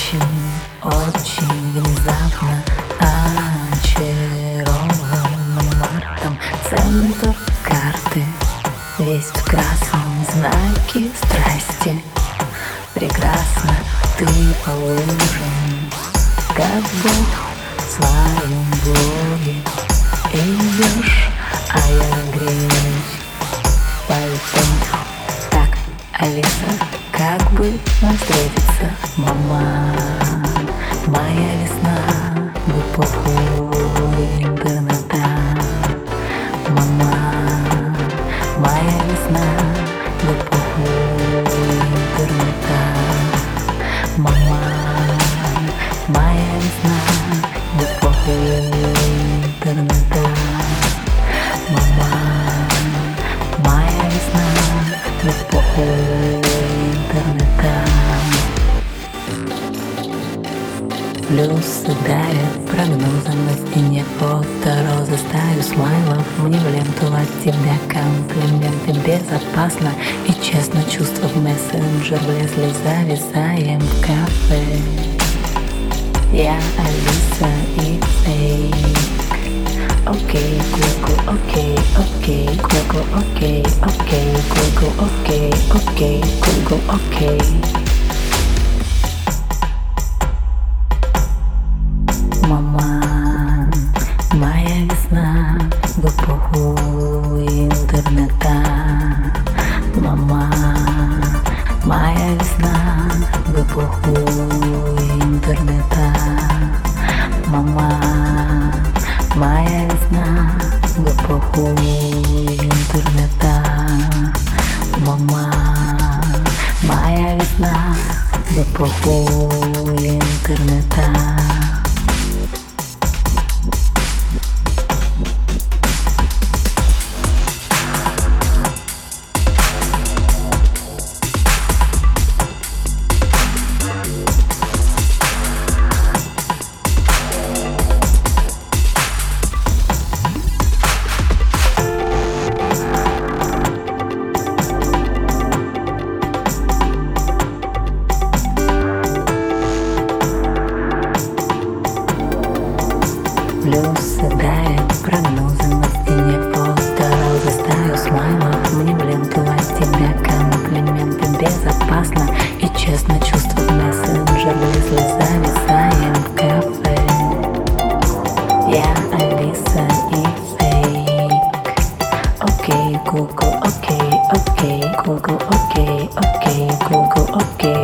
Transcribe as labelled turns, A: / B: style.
A: очень внезапно очарованным мартом. Центр карты весь в красном, знаки страсти. Прекрасно ты положен, как Бог в своем блоге. Идешь, а я греюсь пальцем. Так, Алиса, как бы нам встретиться? Мама, моя весна в эпоху интернета. Мама, моя весна в эпоху интернета. Мама, моя весна в эпоху интернета. Мама, моя весна в эпоху интернета. Плюсы дарят прогнозом на стене фото розы, стаю смайлов мне в ленту от тебя комплименты. Безопасно и честно чувства в мессенджер влезли, зависаем в кафе. Я Алиса и фейк. Окей, Google, окей, окей, Google, окей, окей, Google, окей, окей, Google, окей. Мама, моя весна в эпоху интернета. Мама, моя весна в эпоху интернета. Мама, моя весна в эпоху интернета. Мама, моя весна в эпоху интернета. Плюсы дарят прогнозы на стене фото розы, стаю смайлов мне в ленту от тебя комплименты. Безопасно и честно чувства в мессенджер влезли, зависаем в кафе. Я Алиса и фейк. Окей, Google, окей, окей, Google, окей, окей, Google, окей.